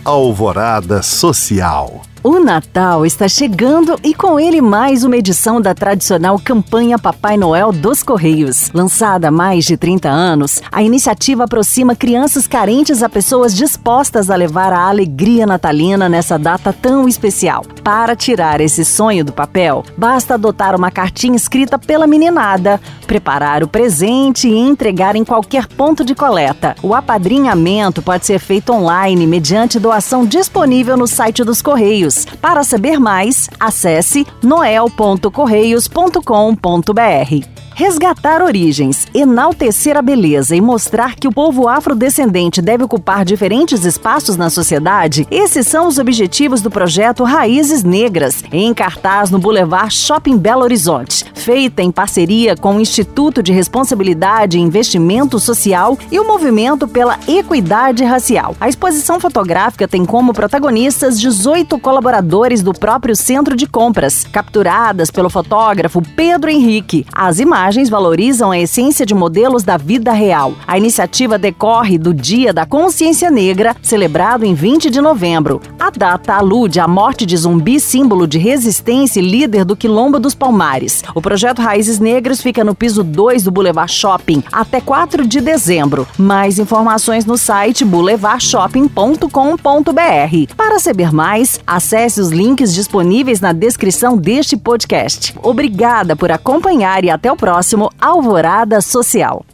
Alvorada Social. O Natal está chegando e com ele mais uma edição da tradicional campanha Papai Noel dos Correios. Lançada há mais de 30 anos, a iniciativa aproxima crianças carentes a pessoas dispostas a levar a alegria natalina nessa data tão especial. Para tirar esse sonho do papel, basta adotar uma cartinha escrita pela meninada, preparar o presente e entregar em qualquer ponto de coleta. O apadrinhamento pode ser feito online mediante doação disponível no site dos Correios. Para saber mais, acesse noel.correios.com.br. Resgatar origens, enaltecer a beleza e mostrar que o povo afrodescendente deve ocupar diferentes espaços na sociedade, esses são os objetivos do projeto Raízes Negras, em cartaz no Boulevard Shopping Belo Horizonte. Feita em parceria com o Instituto de Responsabilidade e Investimento Social e o Movimento pela Equidade Racial. A exposição fotográfica tem como protagonistas 18 colaboradores do próprio centro de compras, capturadas pelo fotógrafo Pedro Henrique. As imagens valorizam a essência de modelos da vida real. A iniciativa decorre do Dia da Consciência Negra, celebrado em 20 de novembro. A data alude à morte de Zumbi, símbolo de resistência e líder do Quilombo dos Palmares. O projeto Raízes Negras fica no piso 2 do Boulevard Shopping até 4 de dezembro. Mais informações no site boulevardshopping.com.br. Para saber mais, acesse os links disponíveis na descrição deste podcast. Obrigada por acompanhar e até o próximo Alvorada Social.